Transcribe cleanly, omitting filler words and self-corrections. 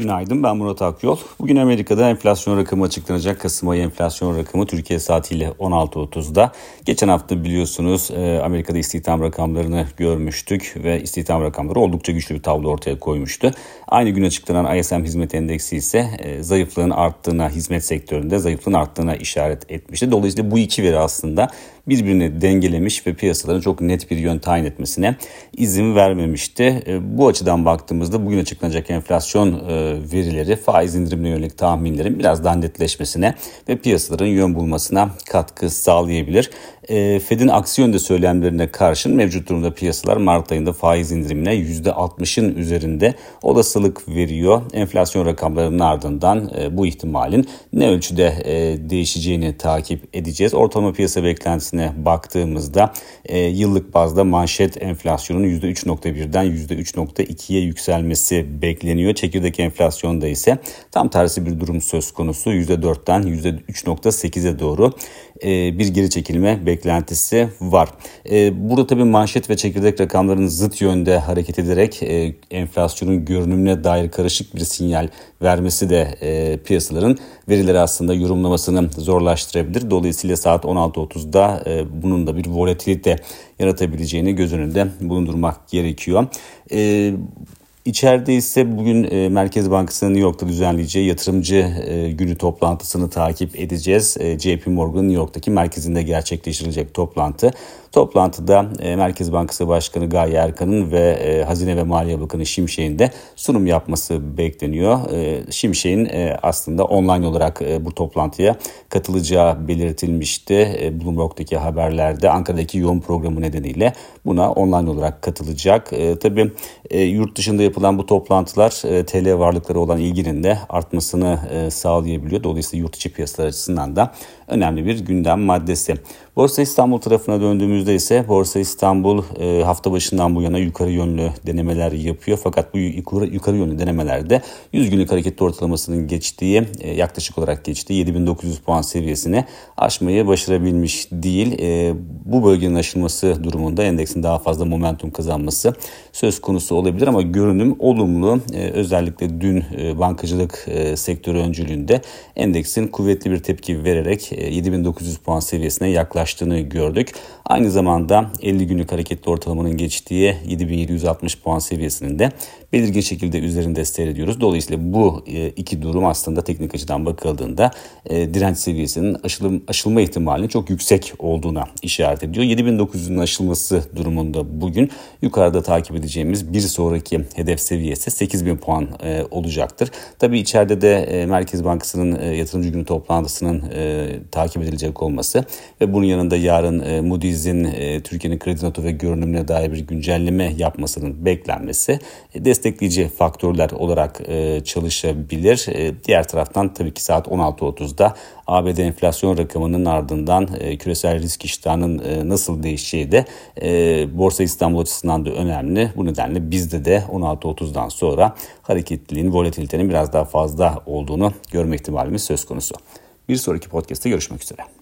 Günaydın, ben Murat Akyol. Bugün Amerika'da enflasyon rakamı açıklanacak. Kasım ayı enflasyon rakamı Türkiye saatiyle 16.30'da. Geçen hafta biliyorsunuz Amerika'da istihdam rakamlarını görmüştük ve istihdam rakamları oldukça güçlü bir tablo ortaya koymuştu. Aynı gün açıklanan ISM hizmet endeksi ise zayıflığın arttığına, hizmet sektöründe zayıflığın arttığına işaret etmişti. Dolayısıyla bu iki veri aslında birbirini dengelemiş ve piyasaların çok net bir yön tayin etmesine izin vermemişti. Bu açıdan baktığımızda bugün açıklanacak enflasyon verileri faiz indirimine yönelik tahminlerin biraz daha netleşmesine ve piyasaların yön bulmasına katkı sağlayabilir. Fed'in aksi yönde söylemlerine karşın mevcut durumda piyasalar Mart ayında faiz indirimine %60'ın üzerinde olasılık veriyor. Enflasyon rakamlarının ardından bu ihtimalin ne ölçüde değişeceğini takip edeceğiz. Ortalama piyasa beklentisine baktığımızda yıllık bazda manşet enflasyonun %3.1'den %3.2'ye yükselmesi bekleniyor. Çekirdek enflasyonda ise tam tersi bir durum söz konusu. %4'ten %3.8'e doğru bir geri çekilme beklentisi var. Burada tabii manşet ve çekirdek rakamların zıt yönde hareket ederek enflasyonun görünümüne dair karışık bir sinyal vermesi de piyasaların verileri aslında yorumlamasını zorlaştırabilir. Dolayısıyla saat 16.30'da bunun da bir volatilite yaratabileceğini göz önünde bulundurmak gerekiyor. İçeride ise bugün Merkez Bankası'nın New York'ta düzenleyeceği yatırımcı günü toplantısını takip edeceğiz. JP Morgan New York'taki merkezinde gerçekleştirilecek toplantı. Toplantıda Merkez Bankası Başkanı Gaye Erkan'ın ve Hazine ve Maliye Bakanı Şimşek'in de sunum yapması bekleniyor. Şimşek'in aslında online olarak bu toplantıya katılacağı belirtilmişti. Bloomberg'daki haberlerde Ankara'daki yoğun programı nedeniyle buna online olarak katılacak. Tabii yurt dışında yapılan bu toplantılar TL varlıkları olan ilginin de artmasını sağlayabiliyor. Dolayısıyla yurt içi piyasalar açısından da önemli bir gündem maddesi. Borsa İstanbul tarafına döndüğümüzde ise Borsa İstanbul hafta başından bu yana yukarı yönlü denemeler yapıyor. Fakat bu yukarı yönlü denemelerde 100 günlük hareketli ortalamasının geçtiği, yaklaşık olarak geçtiği 7900 puan seviyesini aşmayı başarabilmiş değil. Bu bölgenin aşılması durumunda endeksin daha fazla momentum kazanması söz konusu olabilir ama görünüm olumlu. Özellikle dün bankacılık sektörü öncülüğünde endeksin kuvvetli bir tepki vererek 7900 puan seviyesine yaklaştığını gördük. Aynı zamanda 50 günlük hareketli ortalamanın geçtiği 7760 puan seviyesinin de belirgin şekilde üzerinde seyrediyoruz. Dolayısıyla bu iki durum aslında teknik açıdan bakıldığında direnç seviyesinin aşılma ihtimalinin çok yüksek olduğuna işaret ediyor. 7900'ün aşılması durumunda bugün yukarıda takip edeceğimiz bir sonraki hedef seviyesi 8000 puan olacaktır. Tabii içeride de Merkez Bankası'nın yatırımcı günü toplantısının takip edilecek olması ve bunun yanında yarın Moody's'in Türkiye'nin kredi notu ve görünümüne dair bir güncelleme yapmasının beklenmesi destekleyici faktörler olarak çalışabilir. Diğer taraftan tabii ki saat 16.30'da ABD enflasyon rakamının ardından küresel risk iştahının nasıl değişeceği de Borsa İstanbul açısından da önemli. Bu nedenle bizde de 16.30'dan sonra hareketliliğin, volatilitenin biraz daha fazla olduğunu görme ihtimalimiz söz konusu. Bir sonraki podcast'te görüşmek üzere.